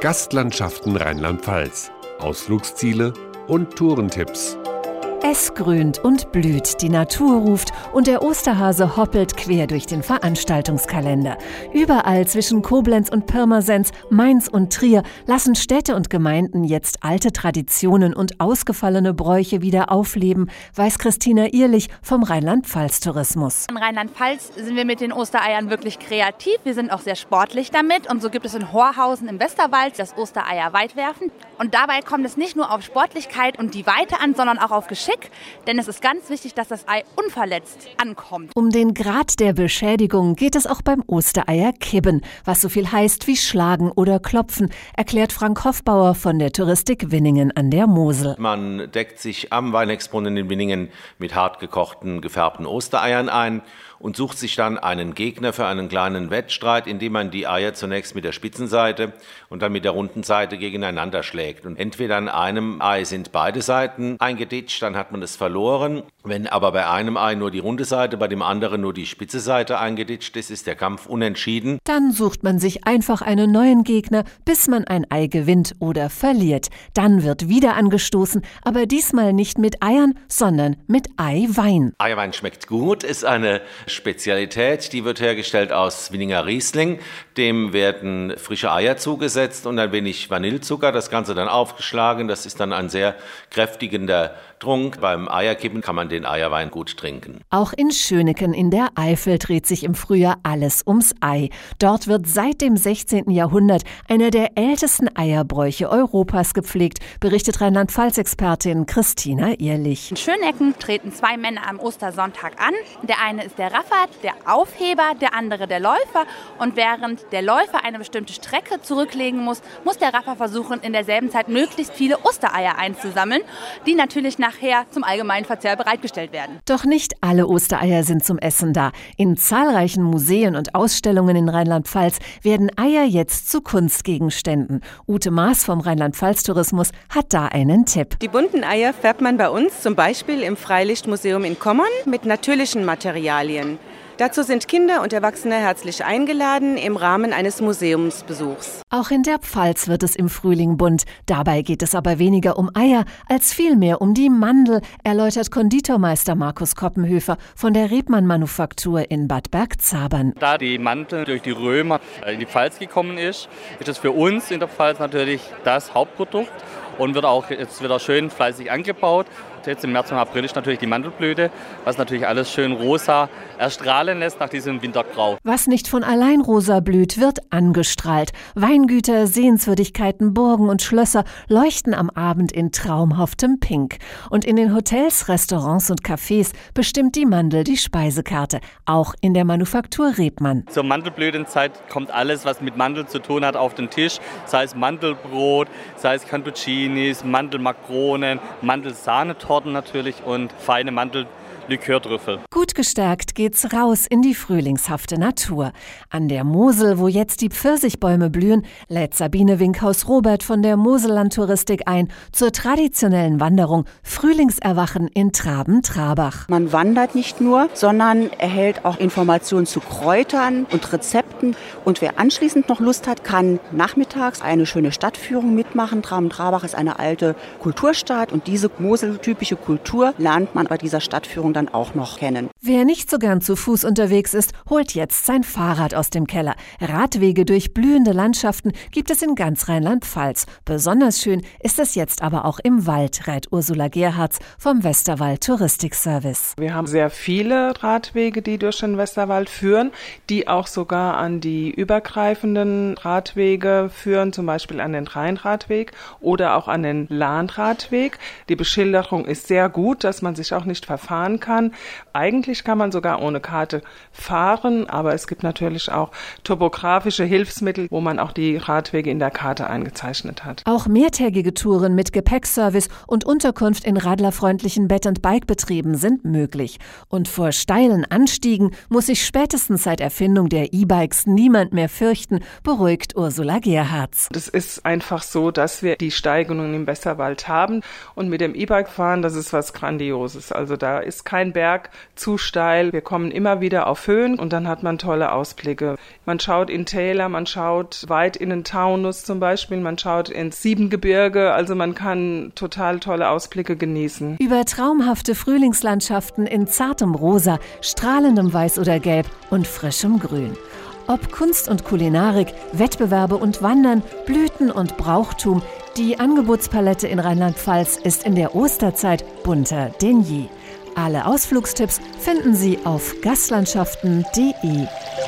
Gastlandschaften Rheinland-Pfalz, Ausflugsziele und Tourentipps. Es grünt und blüht, die Natur ruft und der Osterhase hoppelt quer durch den Veranstaltungskalender. Überall zwischen Koblenz und Pirmasens, Mainz und Trier lassen Städte und Gemeinden jetzt alte Traditionen und ausgefallene Bräuche wieder aufleben, weiß Christina Ehrlich vom Rheinland-Pfalz-Tourismus. In Rheinland-Pfalz sind wir mit den Ostereiern wirklich kreativ. Wir sind auch sehr sportlich damit. Und so gibt es in Horhausen im Westerwald das Ostereier-Weitwerfen. Und dabei kommt es nicht nur auf Sportlichkeit und die Weite an, sondern auch auf Geschick. Denn es ist ganz wichtig, dass das Ei unverletzt ankommt. Um den Grad der Beschädigung geht es auch beim Ostereier-Kibben, was so viel heißt wie schlagen oder klopfen, erklärt Frank Hoffbauer von der Touristik Winningen an der Mosel. Man deckt sich am Weihnachtsbrunnen in Winningen mit hart gekochten, gefärbten Ostereiern ein und sucht sich dann einen Gegner für einen kleinen Wettstreit, indem man die Eier zunächst mit der Spitzenseite und dann mit der runden Seite gegeneinander schlägt. Und entweder an einem Ei sind beide Seiten eingeditscht, dann hat man es verloren. Wenn aber bei einem Ei nur die runde Seite, bei dem anderen nur die spitze Seite eingeditscht ist, ist der Kampf unentschieden. Dann sucht man sich einfach einen neuen Gegner, bis man ein Ei gewinnt oder verliert. Dann wird wieder angestoßen, aber diesmal nicht mit Eiern, sondern mit Eiwein. Eierwein schmeckt gut, ist eine Spezialität, die wird hergestellt aus Winninger Riesling. Dem werden frische Eier zugesetzt und ein wenig Vanillezucker, das Ganze dann aufgeschlagen. Das ist dann ein sehr kräftigender Trunk. Beim Eierkippen kann man den Eierwein gut trinken. Auch in Schöneken in der Eifel dreht sich im Frühjahr alles ums Ei. Dort wird seit dem 16. Jahrhundert einer der ältesten Eierbräuche Europas gepflegt, berichtet Rheinland-Pfalz-Expertin Christina Ehrlich. In Schönecken treten zwei Männer am Ostersonntag an. Der eine ist der Raffer, der Aufheber, der andere der Läufer. Und während der Läufer eine bestimmte Strecke zurücklegen muss, muss der Raffer versuchen, in derselben Zeit möglichst viele Ostereier einzusammeln, die natürlich nachher zum allgemeinen Verzehr bereitgestellt werden. Doch nicht alle Ostereier sind zum Essen da. In zahlreichen Museen und Ausstellungen in Rheinland-Pfalz werden Eier jetzt zu Kunstgegenständen. Ute Maas vom Rheinland-Pfalz-Tourismus hat da einen Tipp. Die bunten Eier färbt man bei uns zum Beispiel im Freilichtmuseum in Kommern mit natürlichen Materialien. Dazu sind Kinder und Erwachsene herzlich eingeladen im Rahmen eines Museumsbesuchs. Auch in der Pfalz wird es im Frühling bunt. Dabei geht es aber weniger um Eier als vielmehr um die Mandel, erläutert Konditormeister Markus Koppenhöfer von der Rebmann-Manufaktur in Bad Bergzabern. Da die Mandel durch die Römer in die Pfalz gekommen ist, ist es für uns in der Pfalz natürlich das Hauptprodukt und wird auch jetzt wieder schön fleißig angebaut. Jetzt im März und April ist natürlich die Mandelblüte, was natürlich alles schön rosa erstrahlen lässt nach diesem Wintergrau. Was nicht von allein rosa blüht, wird angestrahlt. Weingüter, Sehenswürdigkeiten, Burgen und Schlösser leuchten am Abend in traumhaftem Pink. Und in den Hotels, Restaurants und Cafés bestimmt die Mandel die Speisekarte, auch in der Manufaktur Rebmann. Zur Mandelblütenzeit kommt alles, was mit Mandel zu tun hat, auf den Tisch. Sei es Mandelbrot, sei es Cantuccinis, Mandelmakronen, Mandelsahnetorten natürlich und feine Mandellikördrüffel. Gut gestärkt geht's raus in die frühlingshafte Natur. An der Mosel, wo jetzt die Pfirsichbäume blühen, lädt Sabine Winkhaus-Robert von der Mosellandtouristik ein zur traditionellen Wanderung Frühlingserwachen in Traben-Trabach. Man wandert nicht nur, sondern erhält auch Informationen zu Kräutern und Rezepten. Und wer anschließend noch Lust hat, kann nachmittags eine schöne Stadtführung mitmachen. Traben-Trabach ist eine alte Kulturstadt und diese moseltypische Kultur lernt man bei dieser Stadtführung dann auch noch kennen. Wer nicht so gern zu Fuß unterwegs ist, holt jetzt sein Fahrrad aus dem Keller. Radwege durch blühende Landschaften gibt es in ganz Rheinland-Pfalz. Besonders schön ist es jetzt aber auch im Wald, rät Ursula Gerhards vom Westerwald Touristikservice. Wir haben sehr viele Radwege, die durch den Westerwald führen, die auch sogar an die übergreifenden Radwege führen, zum Beispiel an den Rheinradweg oder auch an den Lahnradweg. Die Beschilderung ist sehr gut, dass man sich auch nicht verfahren kann. Eigentlich kann man sogar ohne Karte fahren, aber es gibt natürlich auch topografische Hilfsmittel, wo man auch die Radwege in der Karte eingezeichnet hat. Auch mehrtägige Touren mit Gepäckservice und Unterkunft in radlerfreundlichen Bed-and-Bike-Betrieben sind möglich. Und vor steilen Anstiegen muss sich spätestens seit Erfindung der E-Bikes niemand mehr fürchten, beruhigt Ursula Gerhards. Es ist einfach so, dass wir die Steigungen im Westerwald haben und mit dem E-Bike fahren, das ist was Grandioses. Also da ist kein Berg zu steil. Wir kommen immer wieder auf Höhen und dann hat man tolle Ausblicke. Man schaut in Täler, man schaut weit in den Taunus zum Beispiel, man schaut ins Siebengebirge, also man kann total tolle Ausblicke genießen. Über traumhafte Frühlingslandschaften in zartem Rosa, strahlendem Weiß oder Gelb und frischem Grün. Ob Kunst und Kulinarik, Wettbewerbe und Wandern, Blüten und Brauchtum, die Angebotspalette in Rheinland-Pfalz ist in der Osterzeit bunter denn je. Alle Ausflugstipps finden Sie auf gastlandschaften.de.